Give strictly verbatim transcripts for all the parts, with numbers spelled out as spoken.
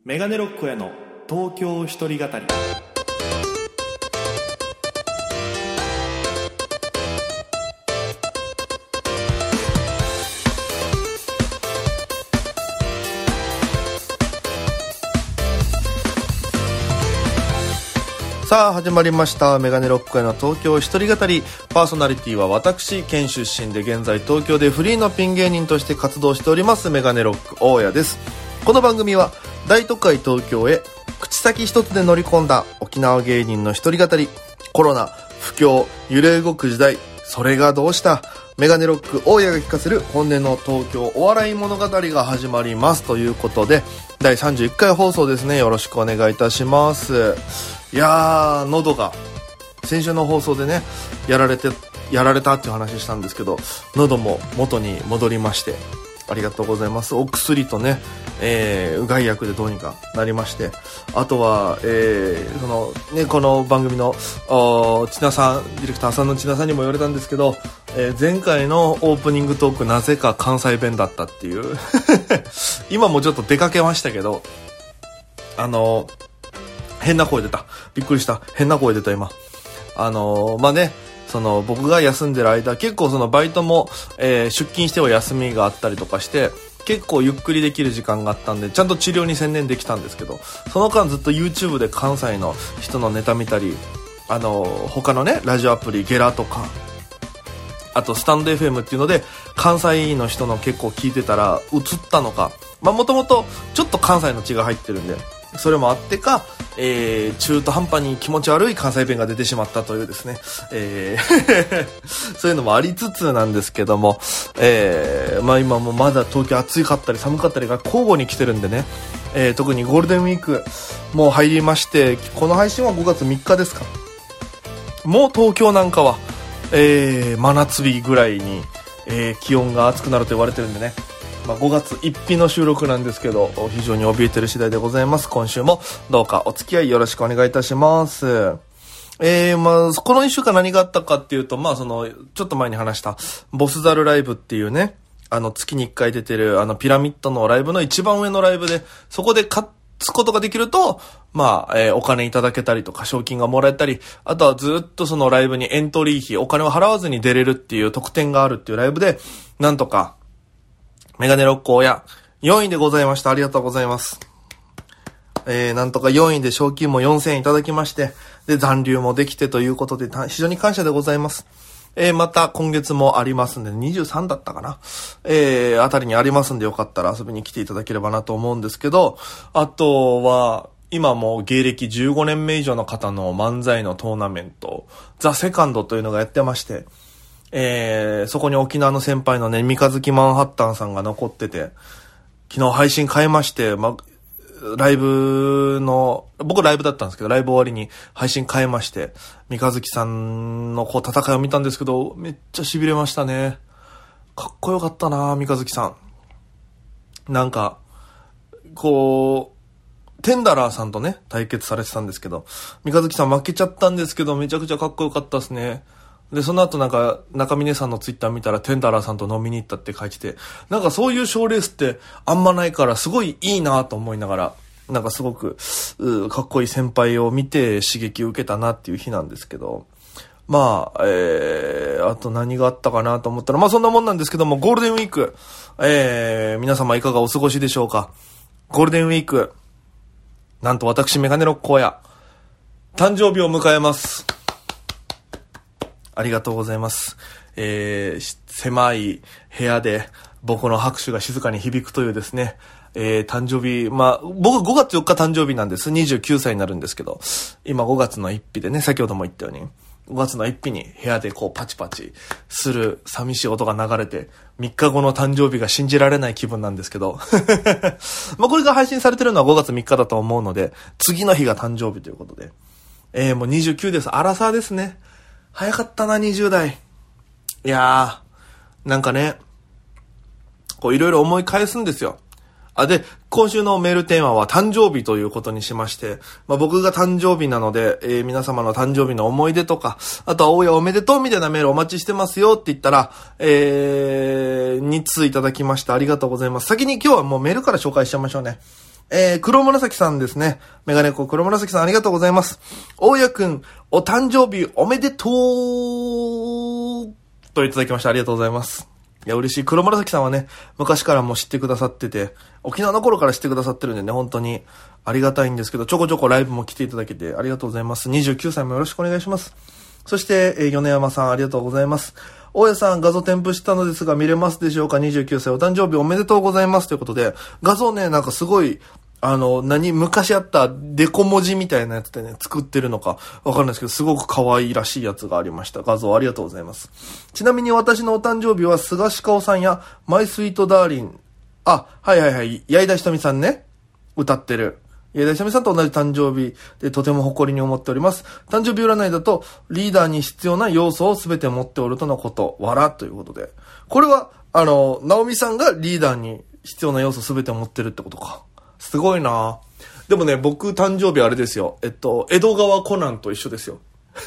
メガネロックへの東京一人語り。さあ始まりましたメガネロックへの東京一人語り。パーソナリティは私、県出身で現在東京でフリーのピン芸人として活動しておりますメガネロック大家です。この番組は大都会東京へ口先一つで乗り込んだ沖縄芸人の一人語り。コロナ、不況、揺れ動く時代、それがどうした、メガネロック大家が聞かせる本音の東京お笑い物語が始まりますということで、だいさんじゅういっかい放送ですね。よろしくお願いいたします。いやー、喉が先週の放送でねやられてやられたっていう話したんですけど、喉も元に戻りましてありがとうございます。お薬とね、えー、うがい薬でどうにかなりまして、あとは、えー、そのねこの番組の千奈さん、ディレクターさんの千奈さんにも言われたんですけど、えー、前回のオープニングトークなぜか関西弁だったっていう今もちょっと出かけましたけど、あの変な声出た。びっくりした。変な声出た今。あのー、まあ、ね、その僕が休んでる間、結構そのバイトも、えー、出勤しては休みがあったりとかして、結構ゆっくりできる時間があったんで、ちゃんと治療に専念できたんですけど、その間ずっと YouTube で関西の人のネタ見たり、あのー、他のね、ラジオアプリ、ゲラとか、あとスタンド エフエム っていうので、関西の人の結構聞いてたら、映ったのか、まあ、もともとちょっと関西の血が入ってるんで、それもあってか、えー、中途半端に気持ち悪い関西弁が出てしまったというですね、えー、そういうのもありつつなんですけども、えー、まあ今もまだ東京暑かったり寒かったりが交互に来てるんでね、えー、特にゴールデンウィークもう入りまして、この配信はごがつみっかですか。もう東京なんかは、えー、真夏日ぐらいに、えー、気温が暑くなると言われてるんでね、まあ、ごがつつい日の収録なんですけど、非常に怯えてる次第でございます。今週もどうかお付き合いよろしくお願いいたします。えー、まあ、このいっしゅうかん何があったかっていうと、まあ、その、ちょっと前に話した、ボスザルライブっていうね、あの、月にいっかい出てる、あの、ピラミッドのライブの一番上のライブで、そこで勝つことができると、まあ、えー、お金いただけたりとか、賞金がもらえたり、あとはずっとそのライブにエントリー費、お金を払わずに出れるっていう特典があるっていうライブで、なんとか、メガネロック親よんいでございました。ありがとうございます。えー、なんとかよんいで賞金もよんせんえんいただきまして、で残留もできてということで非常に感謝でございます。えー、また今月もありますんで、にじゅうさんだったかな、えー、あたりにありますんで、よかったら遊びに来ていただければなと思うんですけど、あとは今も芸歴じゅうごねんめ以上の方の漫才のトーナメント、ザ・セカンドというのがやってまして、えー、そこに沖縄の先輩のね、三日月マンハッタンさんが残ってて、昨日配信変えまして、ま、ライブの、僕ライブだったんですけど、ライブ終わりに配信変えまして、三日月さんのこう戦いを見たんですけど、めっちゃ痺れましたね。かっこよかったな、三日月さん。なんか、こう、テンダラーさんとね、対決されてたんですけど、三日月さん負けちゃったんですけど、めちゃくちゃかっこよかったですね。で、その後なんか、中峰さんのツイッター見たら、テンダラーさんと飲みに行ったって書いてて、なんかそういう賞レースってあんまないから、すごいいいなと思いながら、なんかすごく、かっこいい先輩を見て刺激を受けたなっていう日なんですけど、まあ、えー、あと何があったかなと思ったら、まあそんなもんなんですけども、ゴールデンウィーク、えー、皆様いかがお過ごしでしょうか。ゴールデンウィーク、なんと私メガネロック親、誕生日を迎えます。ありがとうございます。えー、狭い部屋で僕の拍手が静かに響くというですね、えー、誕生日、まあ、僕ごがつよっか誕生日なんです。にじゅうきゅうさいになるんですけど、今ごがつのついちでね、先ほども言ったように、ごがつのついちに部屋でこうパチパチする寂しい音が流れて、みっかごの誕生日が信じられない気分なんですけど、まあこれが配信されてるのはごがつみっかだと思うので、次の日が誕生日ということで、えー、もうにじゅうきゅうです。アラサーですね。早かったな、にじゅうだい。いやー、なんかね、こういろいろ思い返すんですよ。あ、で、今週のメールテーマは誕生日ということにしまして、まあ、僕が誕生日なので、えー、皆様の誕生日の思い出とか、あとは大家おめでとうみたいなメールお待ちしてますよって言ったら、えー、に通いただきました。ありがとうございます。先に今日はもうメールから紹介しちゃいましょうね。 えー、黒紫さんですね。メガネコ黒紫さんありがとうございます。大家くん、お誕生日おめでとうといただきました。ありがとうございます。いや、嬉しい。黒紫さんはね、昔からも知ってくださってて、沖縄の頃から知ってくださってるんでね、本当にありがたいんですけど、ちょこちょこライブも来ていただけてありがとうございます。にじゅうきゅうさいもよろしくお願いします。そして、えー、米山さんありがとうございます。大家さん、画像添付したのですが見れますでしょうか？ にじゅうきゅう 歳お誕生日おめでとうございますということで、画像ね、なんかすごい、あの、何、昔あったデコ文字みたいなやつでね、作ってるのかわかんないですけど、すごく可愛いらしいやつがありました。画像ありがとうございます。ちなみに私のお誕生日は、菅氏香さんや、マイスイートダーリン、あ、はいはいはい、矢井田ひとみさんね、歌ってる。矢井田ひとみさんと同じ誕生日でとても誇りに思っております。誕生日占いだと、リーダーに必要な要素を全て持っておるとのこと、わらということで。これは、あの、直美さんがリーダーに必要な要素全て持ってるってことか。すごいな。でもね、僕誕生日あれですよ。えっと、江戸川コナンと一緒ですよ。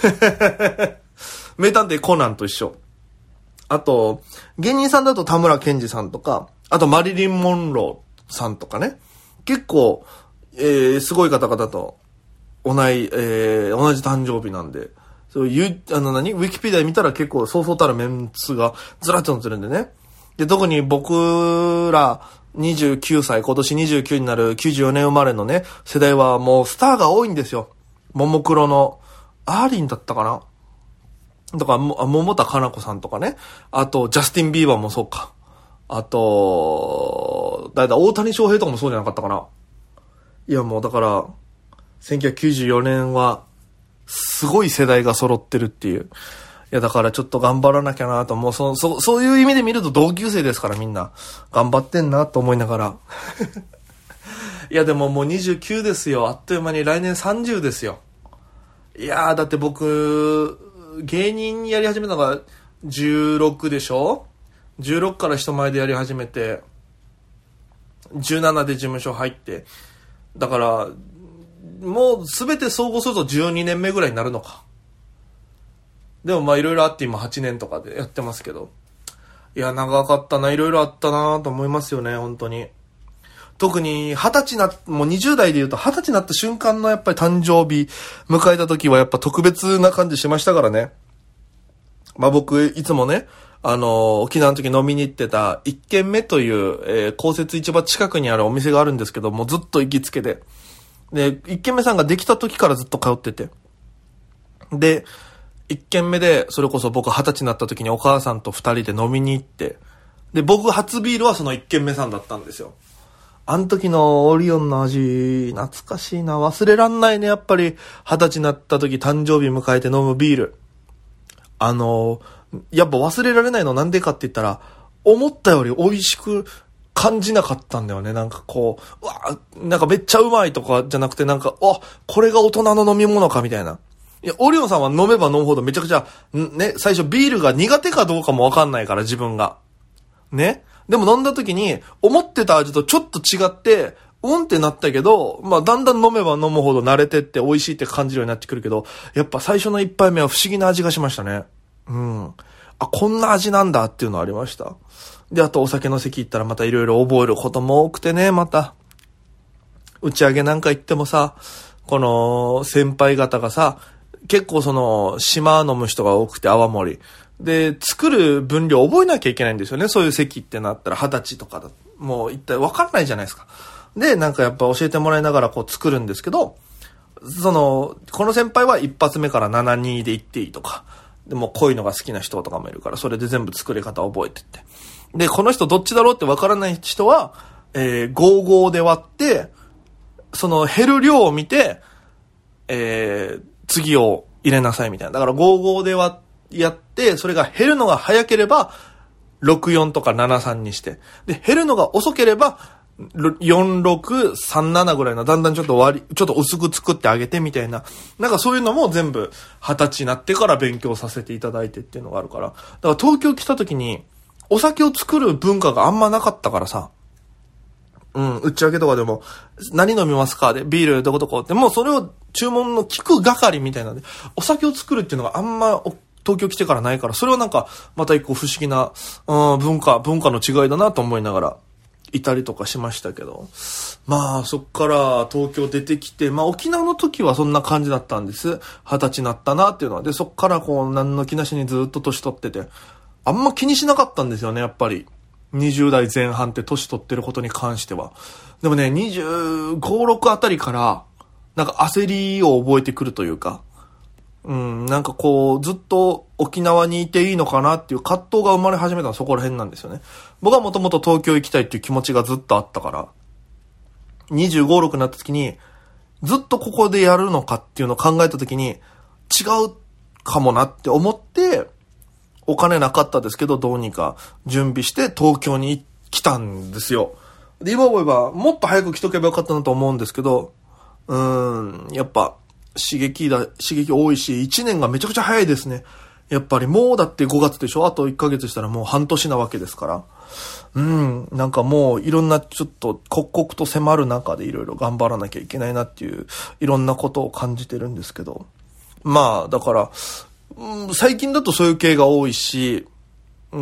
名探偵コナンと一緒。あと、芸人さんだと田村健二さんとか、あとマリリン・モンローさんとかね。結構、えー、すごい方々と同じ、えー、同じ誕生日なんで、そういう、あの何ウィキペディア見たら結構そうそうたるメンツがずらっと載ってるんでね。で、特に僕らにじゅうきゅうさい、今年にじゅうきゅうになるきゅうじゅうよねん生まれのね、世代はもうスターが多いんですよ。ももクロのアーリンだったかなとか、も、桃田かな子さんとかね。あと、ジャスティン・ビーバーもそうか。あと、だいたい大谷翔平とかもそうじゃなかったかな。いやもうだから、せんきゅうひゃくきゅうじゅうよねんは、すごい世代が揃ってるっていう。いやだからちょっと頑張らなきゃなと、もうそ、そ、そういう意味で見ると同級生ですからみんな。頑張ってんなと思いながら。いやでももうにじゅうきゅうですよ。あっという間に来年さんじゅうですよ。いやーだって僕、芸人やり始めたのがじゅうろくでしょ ?じゅうろく から人前でやり始めて、じゅうななで事務所入って、だから、もうすべて総合するとじゅうにねんめぐらいになるのか。でもまあいろいろあって今はちねんとかでやってますけど。いや、長かったな、いろいろあったなと思いますよね、本当に。特にはたちな、もうにじゅう代で言うとはたちになった瞬間のやっぱり誕生日迎えた時はやっぱ特別な感じしましたからね。まあ僕いつもね、あの、沖縄の時飲みに行ってた一軒目という、えー、公設市場近くにあるお店があるんですけども、ずっと行きつけで。で、一軒目さんができた時からずっと通ってて。で、一軒目で、それこそ僕二十歳になった時にお母さんと二人で飲みに行って、で、僕初ビールはその一軒目さんだったんですよ。あの時のオリオンの味、懐かしいな。忘れらんないね、やっぱり。二十歳になった時誕生日迎えて飲むビール。あの、やっぱ忘れられないのなんでかって言ったら、思ったより美味しく感じなかったんだよね。なんかこう、うわ、なんかめっちゃうまいとかじゃなくて、なんか、あ、これが大人の飲み物かみたいな。いや、オリオンさんは飲めば飲むほどめちゃくちゃ、ね、最初ビールが苦手かどうかもわかんないから、自分が。ね。でも飲んだ時に、思ってた味とちょっと違って、うんってなったけど、まあだんだん飲めば飲むほど慣れてって美味しいって感じるようになってくるけど、やっぱ最初の一杯目は不思議な味がしましたね。うん。あ、こんな味なんだっていうのありました。で、あとお酒の席行ったらまたいろいろ覚えることも多くてね、また。打ち上げなんか行ってもさ、この先輩方がさ、結構その、島飲む人が多くて泡盛。で、作る分量覚えなきゃいけないんですよね。そういう席ってなったら二十歳とかだ。もう一体わかんないじゃないですか。で、なんかやっぱ教えてもらいながらこう作るんですけど、その、この先輩は一発目からななにで行っていいとか、でも濃いのが好きな人とかもいるから、それで全部作り方覚えてって。で、この人どっちだろうってわからない人は、えー、ごじゅうごで割って、その減る量を見て、えー、次を入れなさいみたいな。だからごじゅうごで割やって、それが減るのが早ければ、ろくじゅうよんとかななじゅうさんにして。で、減るのが遅ければ、よんじゅうろく、さんじゅうななぐらいのだんだんちょっと割り、ちょっと薄く作ってあげてみたいな。なんかそういうのも全部二十歳になってから勉強させていただいてっていうのがあるから。だから東京来た時に、お酒を作る文化があんまなかったからさ。うん、打ち上げとかでも、何飲みますかで、ビールどこどこって、もうそれを注文の聞く係みたいなんで、お酒を作るっていうのがあんま東京来てからないから、それはなんか、また一個不思議な、うん、文化、文化の違いだなと思いながら。 いたりとかしましたけど、まあそっから東京出てきて、まあ沖縄の時はそんな感じだったんです。二十歳になったなっていうのは。で、そっからこう何の気なしにずっと年取ってて、あんま気にしなかったんですよね、やっぱり。にじゅう代前半って年取ってることに関しては。でもね、にじゅうご、ろくあたりから、なんか焦りを覚えてくるというか、うん、なんかこう、ずっと沖縄にいていいのかなっていう葛藤が生まれ始めたのはそこら辺なんですよね。僕はもともと東京行きたいっていう気持ちがずっとあったから、にじゅうご、ろくになった時に、ずっとここでやるのかっていうのを考えた時に、違うかもなって思って、お金なかったですけど、どうにか準備して東京に来たんですよ。で、今思えば、もっと早く来とけばよかったなと思うんですけど、うーん、やっぱ、刺激だ、刺激多いし、いちねんがめちゃくちゃ早いですね。やっぱりもうだってごがつでしょ？あといっかげつしたらもう半年なわけですから。うん、なんかもういろんなちょっと刻々と迫る中でいろいろ頑張らなきゃいけないなっていう、いろんなことを感じてるんですけど。まあ、だから、うん、最近だとそういう系が多いし、うん、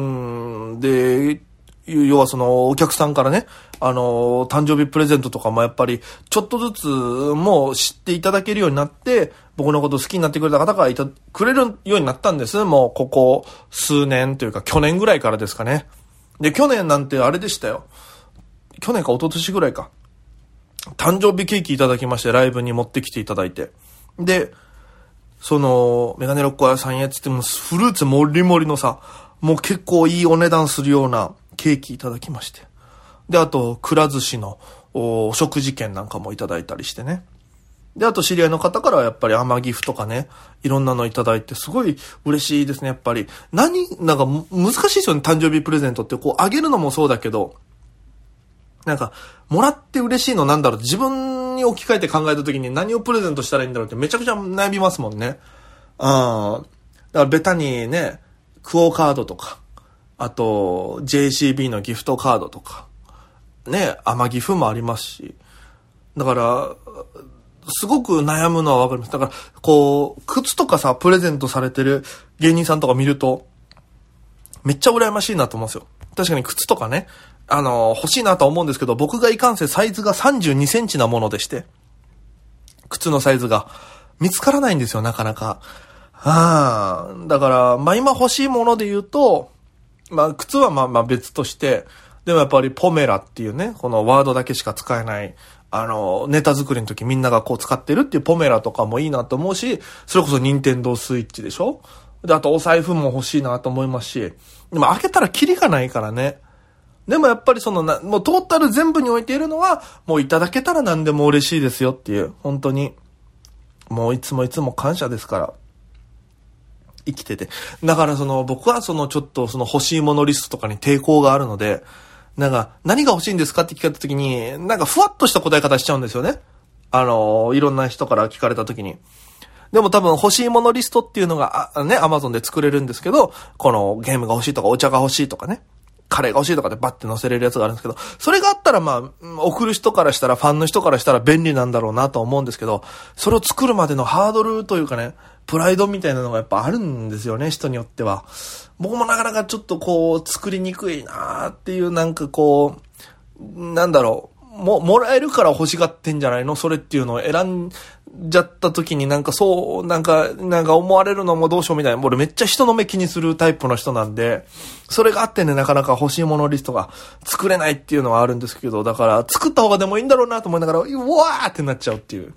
で、要はそのお客さんからね、あの、誕生日プレゼントとかもやっぱりちょっとずつもう知っていただけるようになって、僕のこと好きになってくれた方がいた、くれるようになったんです。もうここ数年というか去年ぐらいからですかね。で、去年なんてあれでしたよ。去年か一昨年ぐらいか。誕生日ケーキいただきまして、ライブに持ってきていただいて。で、その、メガネロック屋さんやつってもフルーツもりもりのさ、もう結構いいお値段するようなケーキいただきまして。で、あと、くら寿司のお食事券なんかもいただいたりしてね。で、あと知り合いの方からはやっぱり甘ギフとかね、いろんなのいただいてすごい嬉しいですね、やっぱり。何、なんか難しいですよね、誕生日プレゼントって。こう、あげるのもそうだけど、なんか、もらって嬉しいのなんだろうって自分に置き換えて考えた時に何をプレゼントしたらいいんだろうってめちゃくちゃ悩みますもんね。ああ。だからベタにね、クオカードとか、あと ジェーシービー のギフトカードとか、ね、甘ギフもありますし。だから、すごく悩むのはわかります。だから、こう、靴とかさ、プレゼントされてる芸人さんとか見ると、めっちゃ羨ましいなと思うんですよ。確かに靴とかね、あの、欲しいなと思うんですけど、僕がいかんせサイズがさんじゅうにセンチなものでして、靴のサイズが見つからないんですよ、なかなか。はあ、だから、まあ今欲しいもので言うと、まあ靴はまあまあ別として、でもやっぱりポメラっていうね、このワードだけしか使えない、あの、ネタ作りの時みんながこう使ってるっていうポメラとかもいいなと思うし、それこそニンテンドースイッチでしょ？で、あとお財布も欲しいなと思いますし、でも開けたらキリがないからね。でもやっぱりそのな、もうトータル全部に置いているのは、もういただけたら何でも嬉しいですよっていう、本当に、もういつもいつも感謝ですから。生きてて。だからその、僕はそのちょっとその欲しいものリストとかに抵抗があるので、なんか、何が欲しいんですかって聞かれた時に、なんかふわっとした答え方しちゃうんですよね。あの、いろんな人から聞かれた時に。でも多分欲しいものリストっていうのが、あね、アマゾンで作れるんですけど、このゲームが欲しいとかお茶が欲しいとかね。カレーが欲しいとかでバッて載せれるやつがあるんですけど、それがあったらまあ、送る人からしたら、ファンの人からしたら便利なんだろうなと思うんですけど、それを作るまでのハードルというかね、プライドみたいなのがやっぱあるんですよね、人によっては。僕もなかなかちょっとこう、作りにくいなーっていうなんかこう、なんだろう、も、もらえるから欲しがってんじゃないの？それっていうのを選んじゃった時になんかそう、なんか、なんか思われるのもどうしようみたいな。俺めっちゃ人の目気にするタイプの人なんで、それがあってね、なかなか欲しいものリストが作れないっていうのはあるんですけど、だから作った方がでもいいんだろうなと思いながら、うわーってなっちゃうっていう。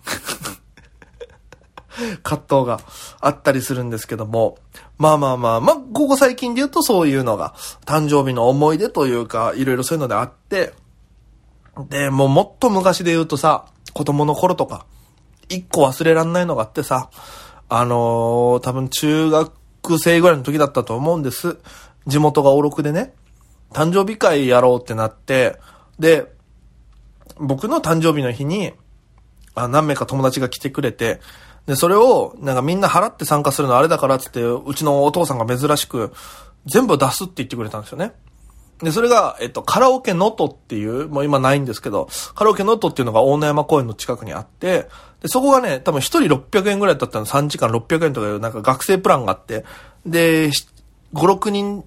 葛藤があったりするんですけども、まあまあまあ、まあ、ここ最近で言うとそういうのが、誕生日の思い出というか、いろいろそういうのであって、で、もうもっと昔で言うとさ、子供の頃とか、一個忘れらんないのがあってさ、あのー、多分中学生ぐらいの時だったと思うんです。地元がおろくでね、誕生日会やろうってなって、で、僕の誕生日の日に、あ、何名か友達が来てくれて、で、それを、なんかみんな払って参加するのあれだからっつって、うちのお父さんが珍しく、全部出すって言ってくれたんですよね。で、それが、えっと、カラオケノトっていう、もう今ないんですけど、カラオケノトっていうのが大野山公園の近くにあって、で、そこがね、多分一人ろっぴゃくえんぐらいだったの、さんじかんろっぴゃくえんとかいうなんか学生プランがあって、で、ご、ろくにん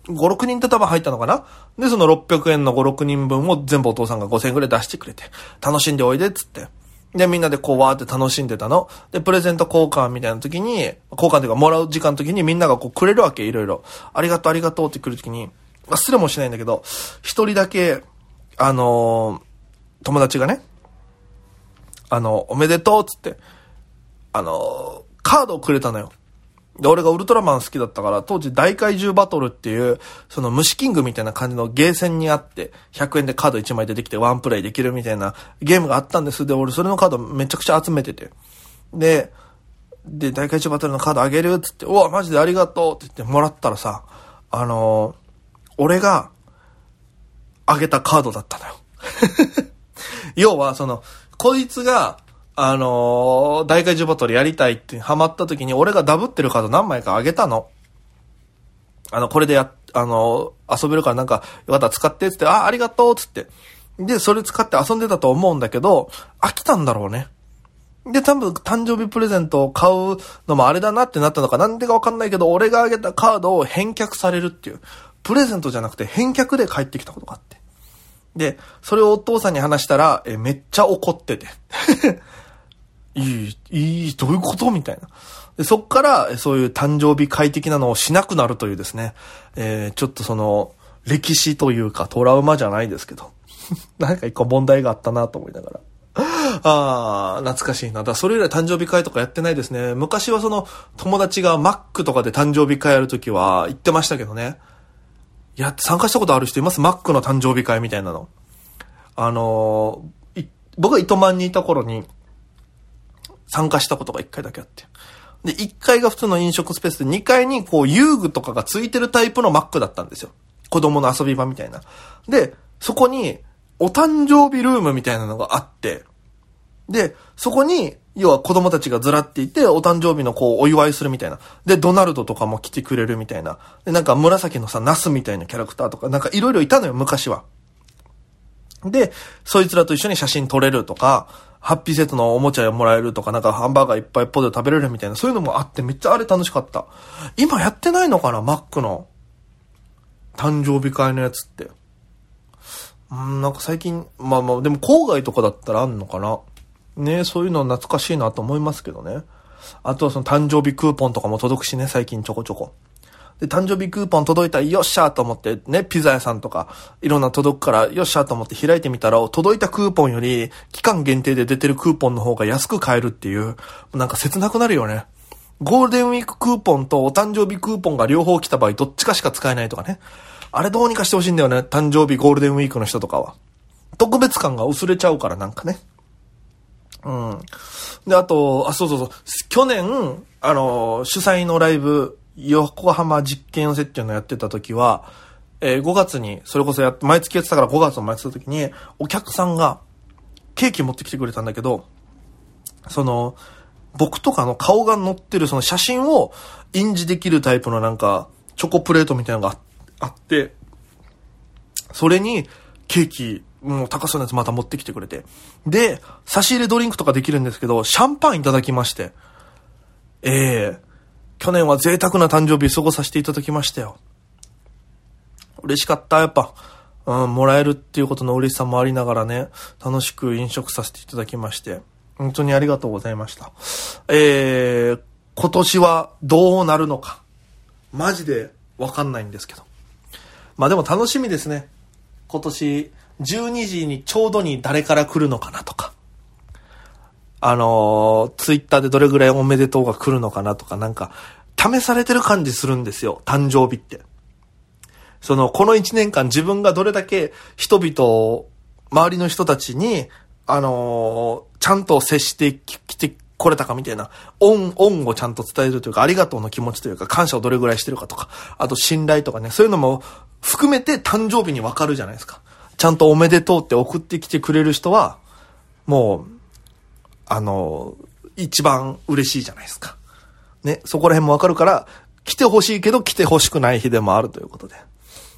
ご、ろくにんって多分入ったのかな。で、そのろっぴゃくえんのご、ろくにんぶんを全部お父さんがごせんえんぐらい出してくれて、楽しんでおいでっつって。で、みんなでこうわーって楽しんでたの。で、プレゼント交換みたいな時に、交換というかもらう時間の時にみんながこうくれるわけ、いろいろ。ありがとうありがとうって来る時に、忘れもしないんだけど、一人だけ、あのー、友達がね、あの、おめでとうっつって、あのー、カードをくれたのよ。で、俺がウルトラマン好きだったから、当時大怪獣バトルっていう、その虫キングみたいな感じのゲーセンにあって、ひゃくえんでカードいちまい出てきてワンプレイできるみたいなゲームがあったんです。で、俺それのカードめちゃくちゃ集めてて。で、で、大怪獣バトルのカードあげるっつって、うわ、マジでありがとうって言ってもらったらさ、あのー、俺があげたカードだったのよ。要は、その、こいつが、あのー、大怪獣バトルやりたいってハマった時に俺がダブってるカード何枚かあげたの。あの、これでや、あのー、遊べるからなんか、よかったら使ってっつって、あ、ありがとうっつって。で、それ使って遊んでたと思うんだけど、飽きたんだろうね。で、多分、誕生日プレゼントを買うのもあれだなってなったのか、なんでかわかんないけど、俺があげたカードを返却されるっていう。プレゼントじゃなくて返却で帰ってきたことがあって。で、それをお父さんに話したら、え、めっちゃ怒ってて。いい、いい、どういうことみたいな。で、そっから、そういう誕生日会的なのをしなくなるというですね、えー、ちょっとその、歴史というかトラウマじゃないですけど、なんか一個問題があったなと思いながら。ああ、懐かしいな。だからそれ以来誕生日会とかやってないですね。昔はその、友達がマックとかで誕生日会やるときは行ってましたけどね。や、参加したことある人います？マックの誕生日会みたいなの。あのー、僕が糸満にいた頃に、参加したことがいっかいだけあって。で、いっかいが普通の飲食スペースで、にかいにこう遊具とかがついてるタイプのマックだったんですよ。子供の遊び場みたいな。で、そこにお誕生日ルームみたいなのがあって、で、そこに、要は子供たちがずらっていて、お誕生日のこうお祝いするみたいな。で、ドナルドとかも来てくれるみたいな。で、なんか紫のさ、ナスみたいなキャラクターとか、なんかいろいろいたのよ、昔は。で、そいつらと一緒に写真撮れるとか、ハッピーセットのおもちゃをもらえるとか、なんかハンバーガーいっぱいポテト食べれるみたいな、そういうのもあってめっちゃあれ楽しかった。今やってないのかな、マックの誕生日会のやつって。うん、なんか最近、まあまあ、でも郊外とかだったらあんのかな。ね、そういうの懐かしいなと思いますけどね。あとはその誕生日クーポンとかも届くしね、最近ちょこちょこ。で、誕生日クーポン届いたらよっしゃーと思ってね、ピザ屋さんとかいろんな届くからよっしゃーと思って開いてみたら、届いたクーポンより期間限定で出てるクーポンの方が安く買えるっていう、なんか切なくなるよね。ゴールデンウィーククーポンとお誕生日クーポンが両方来た場合どっちかしか使えないとかね。あれどうにかしてほしいんだよね、誕生日ゴールデンウィークの人とかは。特別感が薄れちゃうからなんかね。うん。で、あと、あ、そうそうそう。去年、あの、主催のライブ、横浜実験寄せっていうのをやってた時は、えー、ごがつに、それこそや毎月やってたからごがつもやってた時に、お客さんがケーキ持ってきてくれたんだけど、その、僕とかの顔が載ってるその写真を印字できるタイプのなんか、チョコプレートみたいなのがあって、それにケーキ、もう高そうなやつまた持ってきてくれて。で、差し入れドリンクとかできるんですけど、シャンパンいただきまして。ええー、去年は贅沢な誕生日過ごさせていただきましたよ。嬉しかった、やっぱ。うん、もらえるっていうことの嬉しさもありながらね、楽しく飲食させていただきまして。本当にありがとうございました。えー、今年はどうなるのか。マジでわかんないんですけど。まあでも楽しみですね。今年、じゅうにじにちょうどに誰から来るのかなとか。あのー、ツイッターでどれぐらいおめでとうが来るのかなとか、なんか、試されてる感じするんですよ。誕生日って。その、この一年間自分がどれだけ人々を、周りの人たちに、あのー、ちゃんと接してきてこれたかみたいな、恩、恩をちゃんと伝えるというか、ありがとうの気持ちというか、感謝をどれぐらいしてるかとか、あと信頼とかね、そういうのも含めて誕生日にわかるじゃないですか。ちゃんとおめでとうって送ってきてくれる人は、もう、あの、一番嬉しいじゃないですか。ね、そこら辺もわかるから、来てほしいけど来てほしくない日でもあるということで。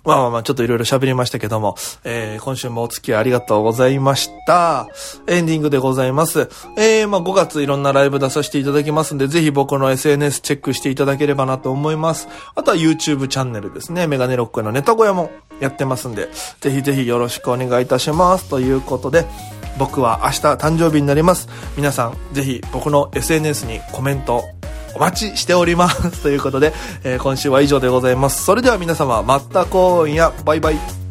まあまあまあ、ちょっといろいろ喋りましたけども、えー、今週もお付き合いありがとうございました。エンディングでございます。えー、まあごがついろんなライブ出させていただきますんで、ぜひ僕の エスエヌエス チェックしていただければなと思います。あとは YouTube チャンネルですね。メガネロックのネタ小屋もやってますんで、ぜひぜひよろしくお願いいたします。ということで、僕は明日誕生日になります。皆さん、ぜひ僕の エスエヌエス にコメント、お待ちしておりますということで、えー、今週は以上でございます。それでは皆様また今夜、バイバイ。